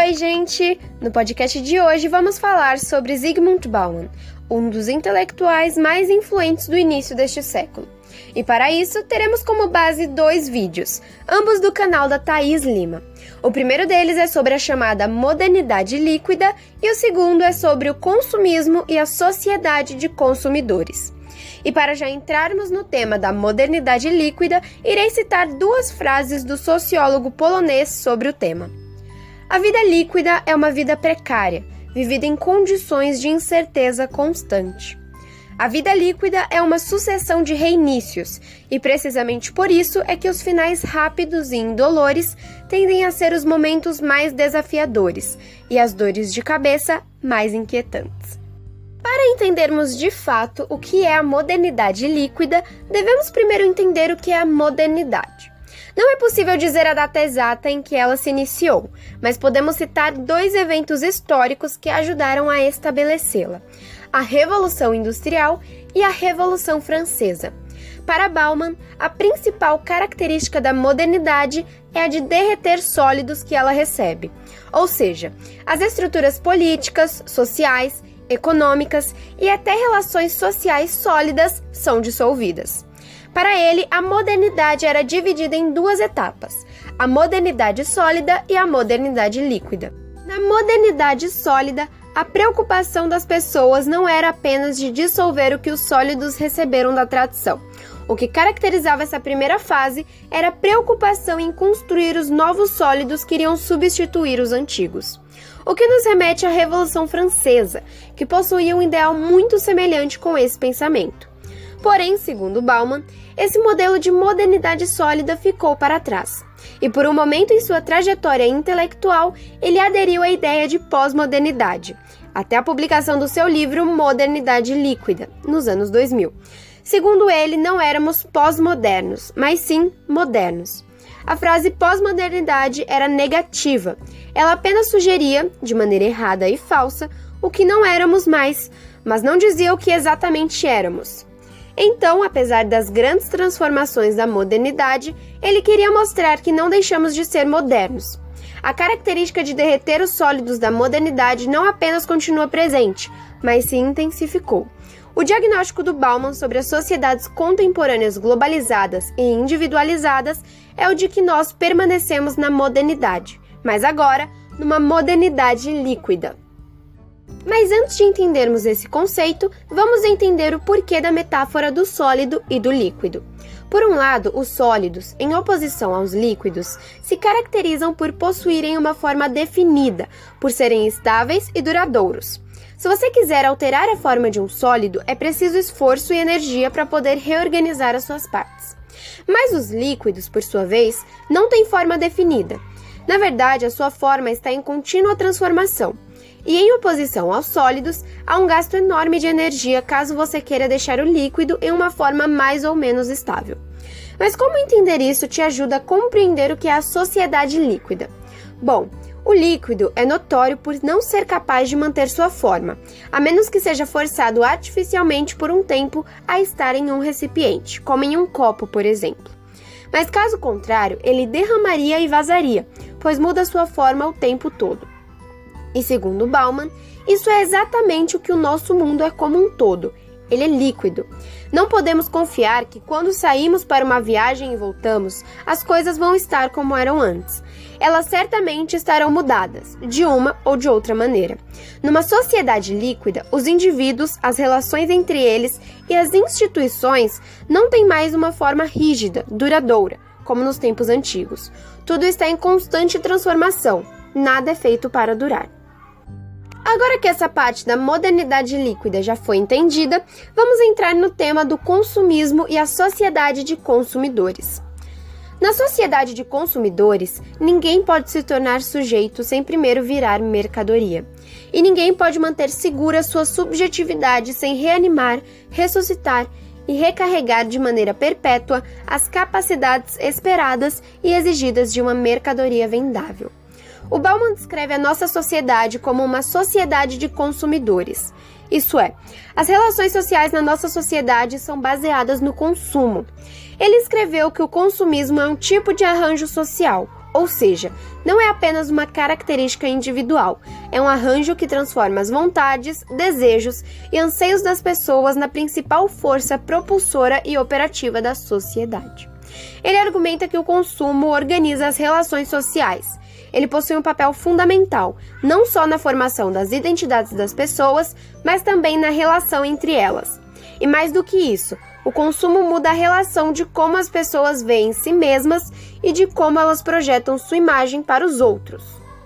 Oi, gente! No podcast de hoje vamos falar sobre Zygmunt Bauman, um dos intelectuais mais influentes do início deste século. E para isso, teremos como base 2 vídeos, ambos do canal da Thaís Lima. O primeiro deles é sobre a chamada modernidade líquida e o segundo é sobre o consumismo e a sociedade de consumidores. E para já entrarmos no tema da modernidade líquida, irei citar 2 frases do sociólogo polonês sobre o tema. A vida líquida é uma vida precária, vivida em condições de incerteza constante. A vida líquida é uma sucessão de reinícios, e precisamente por isso é que os finais rápidos e indolores tendem a ser os momentos mais desafiadores e as dores de cabeça mais inquietantes. Para entendermos de fato o que é a modernidade líquida, devemos primeiro entender o que é a modernidade. Não é possível dizer a data exata em que ela se iniciou, mas podemos citar 2 eventos históricos que ajudaram a estabelecê-la: a Revolução Industrial e a Revolução Francesa. Para Bauman, a principal característica da modernidade é a de derreter sólidos que ela recebe, ou seja, as estruturas políticas, sociais, econômicas e até relações sociais sólidas são dissolvidas. Para ele, a modernidade era dividida em 2 etapas, a modernidade sólida e a modernidade líquida. Na modernidade sólida, a preocupação das pessoas não era apenas de dissolver o que os sólidos receberam da tradição. O que caracterizava essa primeira fase era a preocupação em construir os novos sólidos que iriam substituir os antigos. O que nos remete à Revolução Francesa, que possuía um ideal muito semelhante com esse pensamento. Porém, segundo Bauman, esse modelo de modernidade sólida ficou para trás. E por um momento em sua trajetória intelectual, ele aderiu à ideia de pós-modernidade, até a publicação do seu livro Modernidade Líquida, nos anos 2000. Segundo ele, não éramos pós-modernos, mas sim modernos. A frase pós-modernidade era negativa. Ela apenas sugeria, de maneira errada e falsa, o que não éramos mais, mas não dizia o que exatamente éramos. Então, apesar das grandes transformações da modernidade, ele queria mostrar que não deixamos de ser modernos. A característica de derreter os sólidos da modernidade não apenas continua presente, mas se intensificou. O diagnóstico do Bauman sobre as sociedades contemporâneas globalizadas e individualizadas é o de que nós permanecemos na modernidade, mas agora numa modernidade líquida. Mas antes de entendermos esse conceito, vamos entender o porquê da metáfora do sólido e do líquido. Por um lado, os sólidos, em oposição aos líquidos, se caracterizam por possuírem uma forma definida, por serem estáveis e duradouros. Se você quiser alterar a forma de um sólido, é preciso esforço e energia para poder reorganizar as suas partes. Mas os líquidos, por sua vez, não têm forma definida. Na verdade, a sua forma está em contínua transformação. E em oposição aos sólidos, há um gasto enorme de energia caso você queira deixar o líquido em uma forma mais ou menos estável. Mas como entender isso te ajuda a compreender o que é a sociedade líquida? Bom, o líquido é notório por não ser capaz de manter sua forma, a menos que seja forçado artificialmente por um tempo a estar em um recipiente, como em um copo, por exemplo. Mas caso contrário, ele derramaria e vazaria, pois muda sua forma o tempo todo. E segundo Bauman, isso é exatamente o que o nosso mundo é como um todo. Ele é líquido. Não podemos confiar que quando saímos para uma viagem e voltamos, as coisas vão estar como eram antes. Elas certamente estarão mudadas, de uma ou de outra maneira. Numa sociedade líquida, os indivíduos, as relações entre eles e as instituições não têm mais uma forma rígida, duradoura, como nos tempos antigos. Tudo está em constante transformação. Nada é feito para durar. Agora que essa parte da modernidade líquida já foi entendida, vamos entrar no tema do consumismo e a sociedade de consumidores. Na sociedade de consumidores, ninguém pode se tornar sujeito sem primeiro virar mercadoria. E ninguém pode manter segura sua subjetividade sem reanimar, ressuscitar e recarregar de maneira perpétua as capacidades esperadas e exigidas de uma mercadoria vendável. O Bauman descreve a nossa sociedade como uma sociedade de consumidores. Isso é, as relações sociais na nossa sociedade são baseadas no consumo. Ele escreveu que o consumismo é um tipo de arranjo social, Ou seja, não é apenas uma característica individual, é um arranjo que transforma as vontades, desejos e anseios das pessoas na principal força propulsora e operativa da sociedade. Ele argumenta que o consumo organiza as relações sociais. Ele possui um papel fundamental, não só na formação das identidades das pessoas, mas também na relação entre elas. E mais do que isso, o consumo muda a relação de como as pessoas veem si mesmas e de como elas projetam sua imagem para os outros.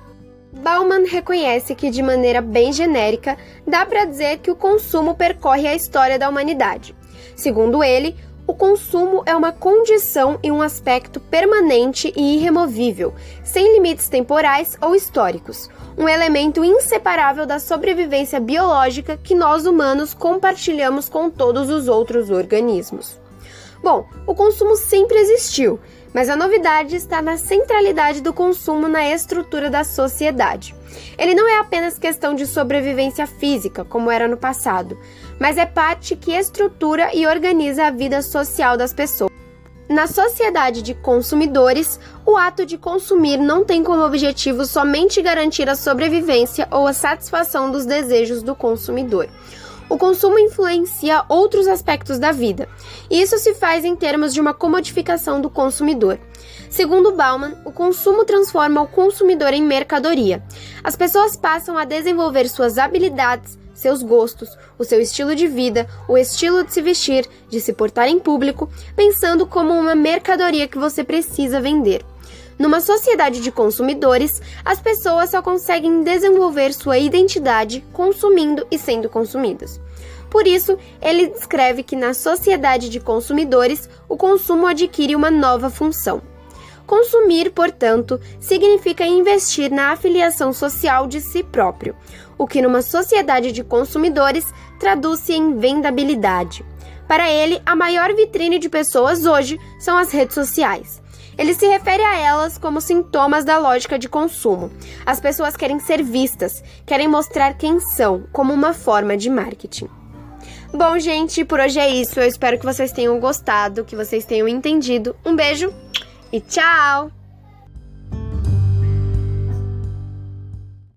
Bauman reconhece que, de maneira bem genérica, dá para dizer que o consumo percorre a história da humanidade. Segundo ele, o consumo é uma condição e um aspecto permanente e irremovível, sem limites temporais ou históricos, um elemento inseparável da sobrevivência biológica que nós humanos compartilhamos com todos os outros organismos. Bom, o consumo sempre existiu, mas a novidade está na centralidade do consumo na estrutura da sociedade. Ele não é apenas questão de sobrevivência física, como era no passado, mas é parte que estrutura e organiza a vida social das pessoas. Na sociedade de consumidores, o ato de consumir não tem como objetivo somente garantir a sobrevivência ou a satisfação dos desejos do consumidor. O consumo influencia outros aspectos da vida, e isso se faz em termos de uma comodificação do consumidor. Segundo Bauman, o consumo transforma o consumidor em mercadoria. As pessoas passam a desenvolver suas habilidades, seus gostos, o seu estilo de vida, o estilo de se vestir, de se portar em público, pensando como uma mercadoria que você precisa vender. Numa sociedade de consumidores, as pessoas só conseguem desenvolver sua identidade consumindo e sendo consumidas. Por isso, ele descreve que na sociedade de consumidores, o consumo adquire uma nova função. Consumir, portanto, significa investir na afiliação social de si próprio, o que numa sociedade de consumidores traduz-se em vendabilidade. Para ele, a maior vitrine de pessoas hoje são as redes sociais. Ele se refere a elas como sintomas da lógica de consumo. As pessoas querem ser vistas, querem mostrar quem são, como uma forma de marketing. Bom, gente, por hoje é isso. Eu espero que vocês tenham gostado, que vocês tenham entendido. Um beijo e tchau!